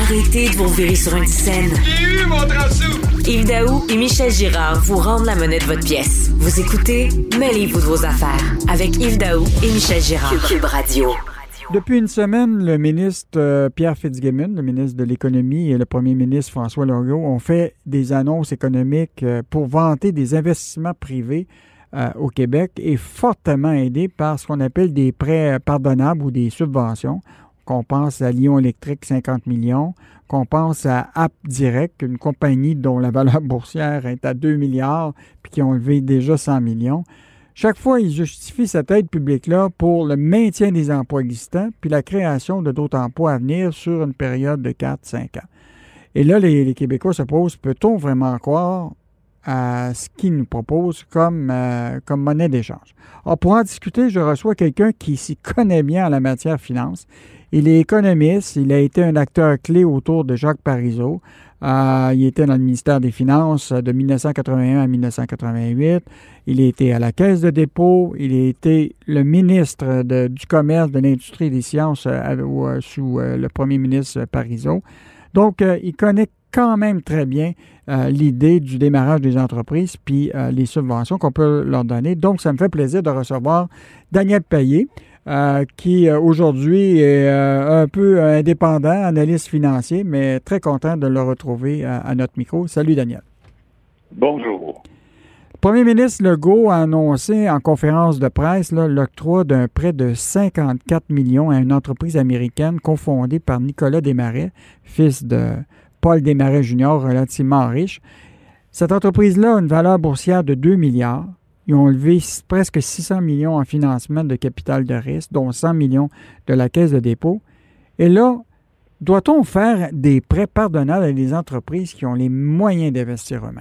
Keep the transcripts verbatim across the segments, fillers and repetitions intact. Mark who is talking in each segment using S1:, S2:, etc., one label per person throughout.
S1: Arrêtez de vous revirer sur une scène.
S2: J'ai eu mon transou!
S1: Yves Daou et Michel Girard vous rendent la monnaie de votre pièce. Vous écoutez Mêlez-vous de vos affaires avec Yves Daou et Michel Girard. Cube Radio.
S3: Depuis une semaine, le ministre euh, Pierre Fitzgibbon, le ministre de l'Économie, et le premier ministre François Legault ont fait des annonces économiques euh, pour vanter des investissements privés euh, au Québec et fortement aidés par ce qu'on appelle des prêts pardonnables ou des subventions. Qu'on pense à Lion Électrique, cinquante millions, qu'on pense à App Direct, une compagnie dont la valeur boursière est à deux milliards puis qui ont levé déjà cent millions. Chaque fois, il justifie cette aide publique-là pour le maintien des emplois existants puis la création de d'autres emplois à venir sur une période de quatre à cinq ans. Et là, les, les Québécois se posent, peut-on vraiment croire à ce qu'ils nous proposent comme, euh, comme monnaie d'échange? Alors, pour en discuter, je reçois quelqu'un qui s'y connaît bien en la matière finance. Il est économiste, il a été un acteur clé autour de Jacques Parizeau. Euh, il était dans le ministère des Finances de dix-neuf cent quatre-vingt-un à dix-neuf cent quatre-vingt-huit. Il a été à la Caisse de dépôt. Il a été le ministre de, du Commerce, de l'Industrie et des Sciences euh, euh, sous euh, le premier ministre Parizeau. Donc, euh, il connaît quand même très bien euh, l'idée du démarrage des entreprises puis euh, les subventions qu'on peut leur donner. Donc, ça me fait plaisir de recevoir Daniel Payet. Euh, qui euh, aujourd'hui est euh, un peu indépendant, analyste financier, mais très content de le retrouver à, à notre micro. Salut Daniel.
S4: Bonjour.
S3: Le premier ministre Legault a annoncé en conférence de presse là, l'octroi d'un prêt de cinquante-quatre millions à une entreprise américaine cofondée par Nicolas Desmarais, fils de Paul Desmarais junior, relativement riche. Cette entreprise-là a une valeur boursière de deux milliards. Ils ont levé presque six cents millions en financement de capital de risque, dont cent millions de la Caisse de dépôt. Et là, doit-on faire des prêts pardonnables à des entreprises qui ont les moyens d'investir eux-mêmes?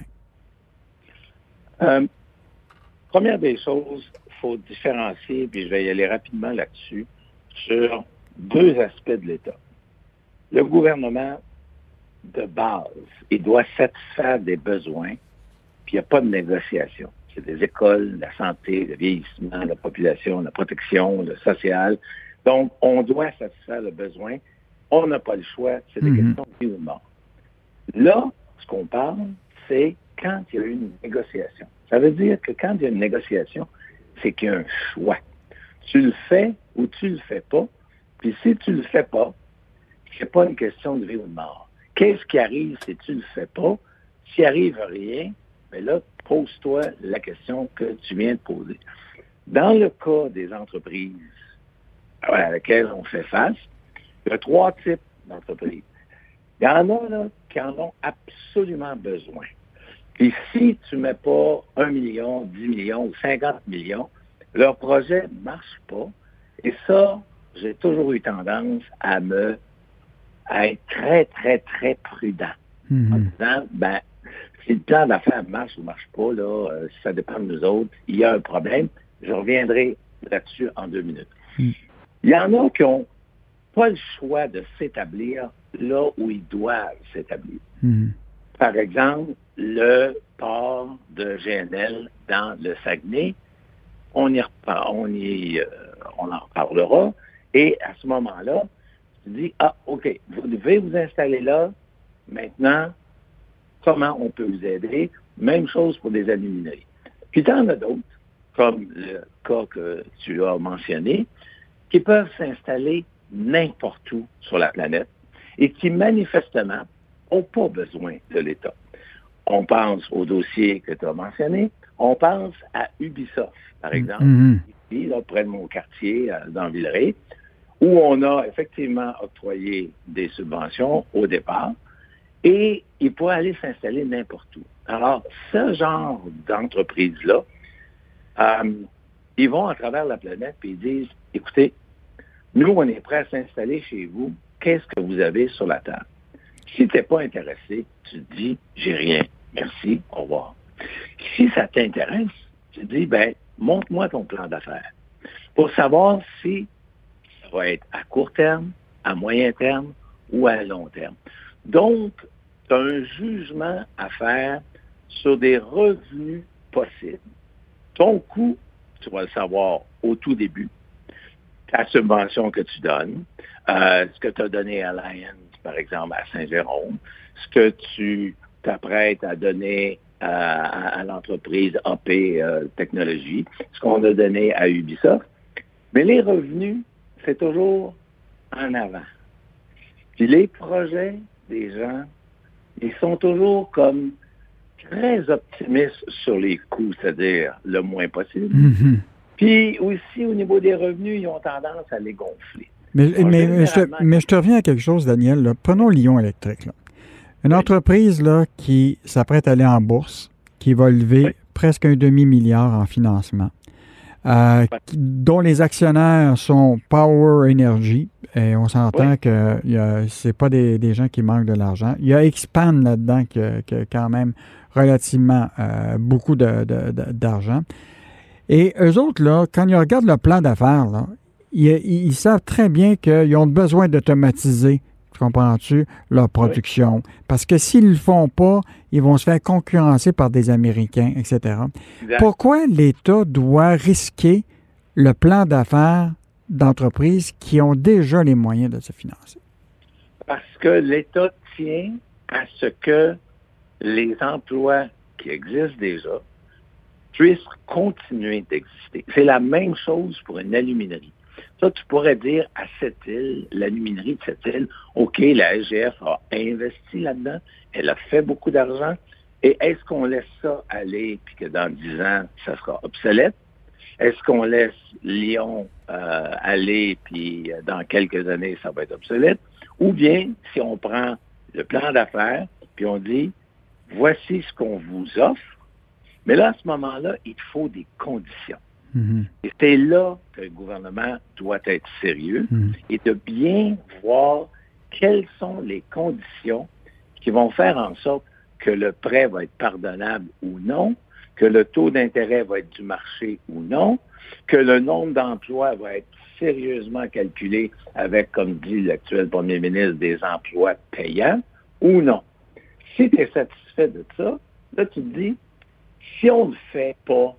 S4: Euh, première des choses, il faut différencier, puis je vais y aller rapidement là-dessus, sur deux aspects de l'État. Le gouvernement, de base, il doit satisfaire des besoins, puis il n'y a pas de négociation. C'est des écoles, la santé, le vieillissement, la population, la protection, le social. Donc, on doit satisfaire le besoin. On n'a pas le choix. C'est des mm-hmm. questions de vie ou de mort. Là, ce qu'on parle, c'est quand il y a eu une négociation. Ça veut dire que quand il y a une négociation, c'est qu'il y a un choix. Tu le fais ou tu le fais pas. Puis si tu le fais pas, c'est pas une question de vie ou de mort. Qu'est-ce qui arrive si tu le fais pas? S'il arrive rien, bien là, pose-toi la question que tu viens de poser. Dans le cas des entreprises à laquelle on fait face, il y a trois types d'entreprises. Il y en a là, qui en ont absolument besoin. Puis si tu ne mets pas un million, dix millions ou cinquante millions, leur projet ne marche pas. Et ça, j'ai toujours eu tendance à me à être très, très, très prudent. Mm-hmm. En disant, ben, si le plan d'affaires marche ou ne marche pas, là, euh, ça dépend de nous autres. Il y a un problème. Je reviendrai là-dessus en deux minutes. Mm. Il y en a qui n'ont pas le choix de s'établir là où ils doivent s'établir. Mm. Par exemple, le port de G N L dans le Saguenay, on y repart, on y, euh, on en reparlera. Et à ce moment-là, tu dis, ah, OK, vous devez vous installer là. Maintenant, comment on peut vous aider? Même chose pour des alumineries. Puis tu en as d'autres, comme le cas que tu as mentionné, qui peuvent s'installer n'importe où sur la planète et qui, manifestement, n'ont pas besoin de l'État. On pense au dossier que tu as mentionné. On pense à Ubisoft, par exemple, mm-hmm. ici, là, près de mon quartier, dans Villeray, où on a effectivement octroyé des subventions au départ. Et ils pourraient aller s'installer n'importe où. Alors, ce genre d'entreprise-là, euh, ils vont à travers la planète et ils disent, écoutez, nous, on est prêts à s'installer chez vous. Qu'est-ce que vous avez sur la table? Si tu n'es pas intéressé, tu te dis, j'ai rien. Merci, au revoir. Si ça t'intéresse, tu te dis, ben, montre-moi ton plan d'affaires pour savoir si ça va être à court terme, à moyen terme ou à long terme. Donc, tu as un jugement à faire sur des revenus possibles. Ton coût, tu vas le savoir au tout début. Ta subvention que tu donnes, euh, ce que tu as donné à Alliance par exemple, à Saint-Jérôme, ce que tu t'apprêtes à donner à, à, à l'entreprise A P euh, Technologies, ce qu'on a donné à Ubisoft. Mais les revenus, c'est toujours en avant. Puis les projets des gens, ils sont toujours comme très optimistes sur les coûts, c'est-à-dire le moins possible. Mm-hmm. Puis aussi, au niveau des revenus, ils ont tendance à les gonfler.
S3: Mais, Alors, mais, mais, je, mais je te reviens à quelque chose, Daniel. Là. Prenons Lion Électrique. Là. Une oui. entreprise là, qui s'apprête à aller en bourse, qui va lever oui. presque un demi-milliard en financement, euh, oui. qui, dont les actionnaires sont Power Energy, et on s'entend oui. que ce n'est pas des, des gens qui manquent de l'argent. Il y a Expand là-dedans qui a, qui a quand même relativement euh, beaucoup de, de, de, d'argent. Et eux autres, là, quand ils regardent le plan d'affaires, là, ils, ils savent très bien qu'ils ont besoin d'automatiser, tu comprends-tu, leur production. Oui. Parce que s'ils ne le font pas, ils vont se faire concurrencer par des Américains, et cetera. Exact. Pourquoi l'État doit risquer le plan d'affaires d'entreprises qui ont déjà les moyens de se financer?
S4: Parce que l'État tient à ce que les emplois qui existent déjà puissent continuer d'exister. C'est la même chose pour une aluminerie. Ça, tu pourrais dire à cette île, l'aluminerie de cette île, OK, la S G F a investi là-dedans, elle a fait beaucoup d'argent, et est-ce qu'on laisse ça aller, puis que dans dix ans, ça sera obsolète? Est-ce qu'on laisse Lyon euh, aller, puis dans quelques années, ça va être obsolète? Ou bien, si on prend le plan d'affaires, puis on dit, voici ce qu'on vous offre, mais là, à ce moment-là, il faut des conditions. Mm-hmm. Et c'est là que le gouvernement doit être sérieux mm-hmm. et de bien voir quelles sont les conditions qui vont faire en sorte que le prêt va être pardonnable ou non, que le taux d'intérêt va être du marché ou non, que le nombre d'emplois va être sérieusement calculé avec, comme dit l'actuel premier ministre, des emplois payants ou non. Si tu es satisfait de ça, là, tu te dis, si on ne le fait pas,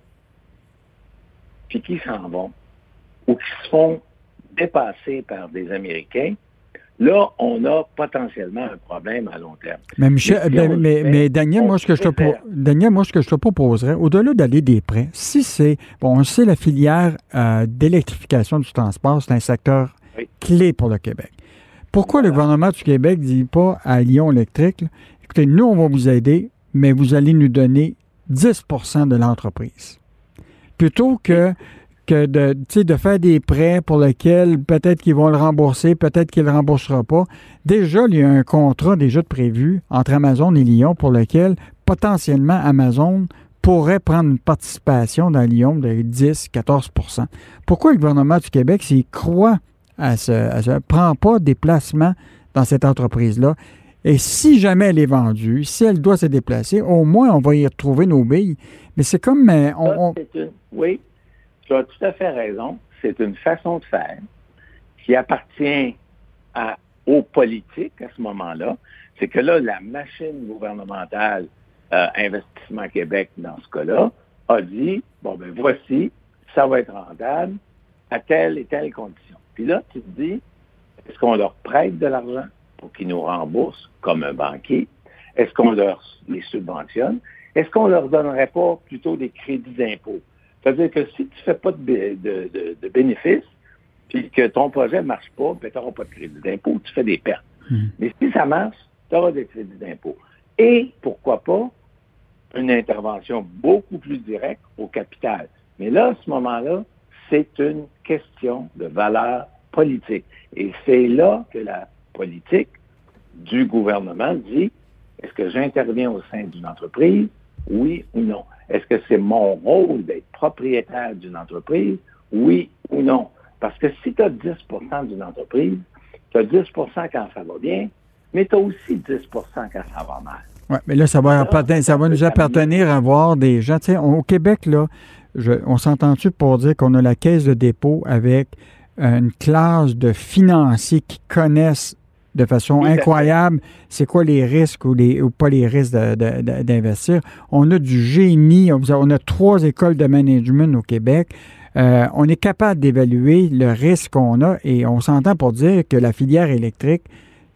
S4: puis qu'ils s'en vont, ou qu'ils se font dépasser par des Américains, là, on a potentiellement un problème à long terme.
S3: Mais, Michel, mais, si mais, fait, mais Daniel, moi, ce que je te pro... Daniel, moi, ce que je te proposerais, au-delà d'aller des prêts, si c'est, bon, on sait la filière euh, d'électrification du transport, c'est un secteur oui. clé pour le Québec. Pourquoi voilà. le gouvernement du Québec ne dit pas à Lion Électrique, là, écoutez, nous, on va vous aider, mais vous allez nous donner dix pour cent de l'entreprise. Plutôt que, que de, de faire des prêts pour lesquels peut-être qu'ils vont le rembourser, peut-être qu'ils ne le rembourseront pas. Déjà, il y a un contrat déjà prévu entre Amazon et Lion pour lequel potentiellement Amazon pourrait prendre une participation dans Lion de dix à quatorze pour cent. Pourquoi le gouvernement du Québec, s'il croit à ce, à ce prend pas des placements dans cette entreprise-là? Et si jamais elle est vendue, si elle doit se déplacer, au moins, on va y retrouver nos billes. Mais c'est comme... Euh, on, on...
S4: Ça, c'est une, oui, tu as tout à fait raison. C'est une façon de faire qui appartient à, aux politiques à ce moment-là. C'est que là, la machine gouvernementale euh, Investissement Québec, dans ce cas-là, a dit, bon, ben voici, ça va être rentable à telle et telle condition. Puis là, tu te dis, est-ce qu'on leur prête de l'argent pour qu'ils nous remboursent comme un banquier? Est-ce qu'on leur les subventionne? Est-ce qu'on leur donnerait pas plutôt des crédits d'impôt? C'est-à-dire que si tu ne fais pas de, de, de, de bénéfices, puis que ton projet ne marche pas, ben, tu n'auras pas de crédit d'impôt, tu fais des pertes. Mmh. Mais si ça marche, tu auras des crédits d'impôt. Et pourquoi pas une intervention beaucoup plus directe au capital. Mais là, à ce moment-là, c'est une question de valeur politique. Et c'est là que la politique du gouvernement dit, est-ce que j'interviens au sein d'une entreprise? Oui ou non? Est-ce que c'est mon rôle d'être propriétaire d'une entreprise? Oui ou non? Parce que si tu as dix pour cent d'une entreprise, tu as dix pour cent quand ça va bien, mais tu as aussi dix pour cent quand ça va mal.
S3: Oui, mais là, ça va, Alors, ça, ça va nous appartenir à voir des gens. Tu sais, on, au Québec, là, je, on s'entend-tu pour dire qu'on a la caisse de dépôt avec une classe de financiers qui connaissent de façon incroyable c'est quoi les risques ou, les, ou pas les risques de, de, de, d'investir. On a du génie. On a, on a trois écoles de management au Québec. Euh, on est capable d'évaluer le risque qu'on a et on s'entend pour dire que la filière électrique,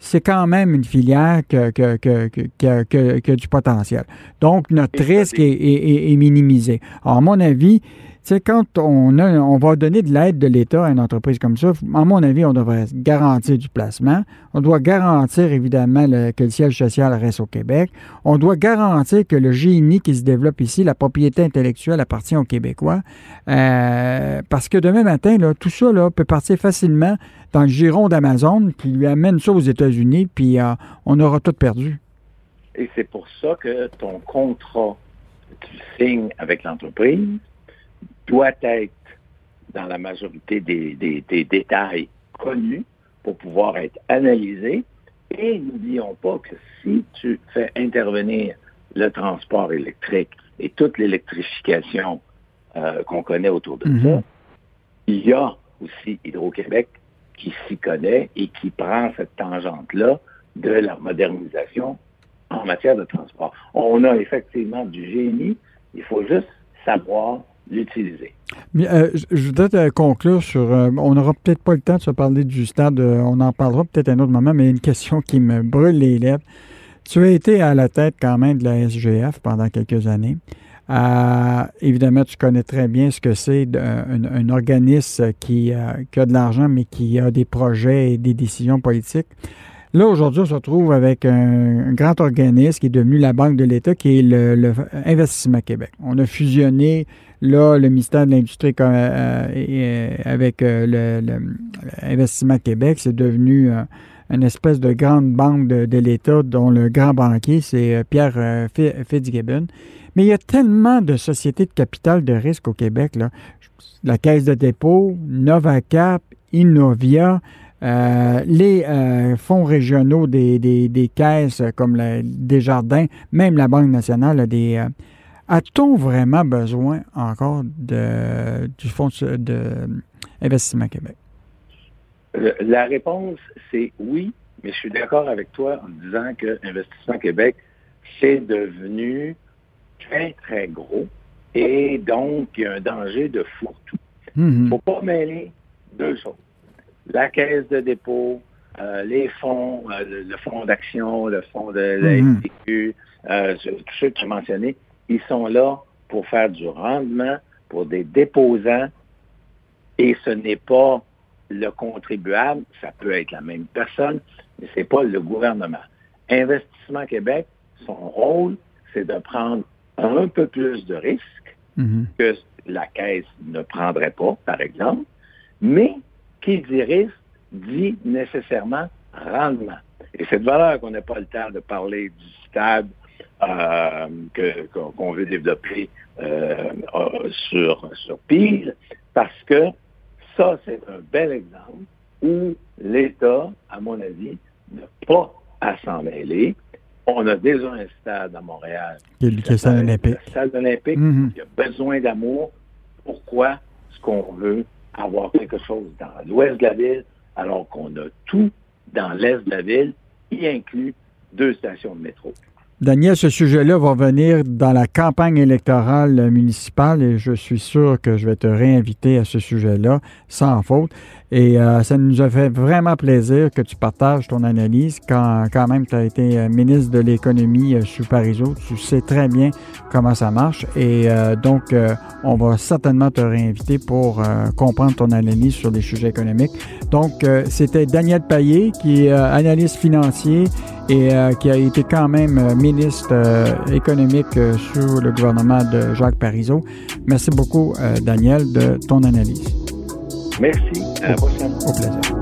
S3: c'est quand même une filière que, que, que, que, que, que, que du potentiel. Donc, notre risque est, est, est minimisé. Alors, à mon avis, tu sais, quand on, a, on va donner de l'aide de l'État à une entreprise comme ça, à mon avis, on devrait garantir du placement. On doit garantir, évidemment, le, que le siège social reste au Québec. On doit garantir que le génie qui se développe ici, la propriété intellectuelle appartient aux Québécois. Euh, parce que demain matin, là, tout ça là, peut partir facilement dans le giron d'Amazon, puis lui amène ça aux États-Unis, puis euh, on aura tout perdu.
S4: Et c'est pour ça que ton contrat que tu signes avec l'entreprise doit être dans la majorité des, des, des détails connus pour pouvoir être analysé. Et n'oublions pas que si tu fais intervenir le transport électrique et toute l'électrification euh, qu'on connaît autour de mm-hmm. ça, il y a aussi Hydro-Québec qui s'y connaît et qui prend cette tangente-là de la modernisation en matière de transport. On a effectivement du génie, il faut juste savoir l'utiliser.
S3: Mais, euh, je voudrais te conclure sur... Euh, on n'aura peut-être pas le temps de se parler du stade, euh, on en parlera peut-être un autre moment, mais une question qui me brûle les lèvres. Tu as été à la tête quand même de la S G F pendant quelques années. Euh, évidemment, tu connais très bien ce que c'est un, un organisme qui, euh, qui a de l'argent, mais qui a des projets et des décisions politiques. Là, aujourd'hui, on se retrouve avec un, un grand organisme qui est devenu la Banque de l'État, qui est le, le Investissement Québec. On a fusionné, là, le ministère de l'Industrie euh, et, avec euh, le, le Investissement Québec. C'est devenu euh, une espèce de grande banque de, de l'État dont le grand banquier, c'est Pierre euh, Fitzgibbon. Mais il y a tellement de sociétés de capital de risque au Québec, là. La Caisse de dépôt, Novacap, Innovia, euh, les euh, fonds régionaux des, des, des caisses comme la, Desjardins, même la Banque nationale a des... Euh, a-t-on vraiment besoin encore de, du Fonds d'Investissement Québec?
S4: La réponse, c'est oui, mais je suis d'accord avec toi en disant que Investissement Québec, c'est devenu très, très gros et donc il y a un danger de fourre-tout. Il mm-hmm. ne faut pas mêler deux choses. La caisse de dépôt, euh, les fonds, euh, le, le fonds d'action, le fonds de la S T Q, euh, tous ceux que tu as mentionnés, ils sont là pour faire du rendement pour des déposants et ce n'est pas le contribuable, ça peut être la même personne, mais ce n'est pas le gouvernement. Investissement Québec, son rôle, c'est de prendre un peu plus de risques mm-hmm. que la Caisse ne prendrait pas, par exemple, mais qui dit risque dit nécessairement rendement. Et cette valeur qu'on n'a pas le temps de parler du stade euh, que, qu'on veut développer euh, sur, sur Peel, parce que ça, c'est un bel exemple où l'État, à mon avis, n'a pas à s'en mêler. On a déjà un stade à Montréal.
S3: Il y a le stade olympique.
S4: Le stade olympique, mm-hmm. il y a besoin d'amour. Pourquoi est-ce qu'on veut avoir quelque chose dans l'ouest de la ville alors qu'on a tout dans l'est de la ville, y inclut deux stations de métro?
S3: Daniel, ce sujet-là va venir dans la campagne électorale municipale et je suis sûr que je vais te réinviter à ce sujet-là, sans faute. Et euh, ça nous a fait vraiment plaisir que tu partages ton analyse quand, quand même tu as été euh, ministre de l'économie euh, sous Parizeau. Tu sais très bien comment ça marche et euh, donc euh, on va certainement te réinviter pour euh, comprendre ton analyse sur les sujets économiques. Donc, euh, c'était Daniel Payet qui est euh, analyste financier et euh, qui a été quand même euh, ministre euh, économique euh, sous le gouvernement de Jacques Parizeau. Merci beaucoup, euh, Daniel, de ton analyse.
S4: Merci. À la prochaine.
S3: Au plaisir.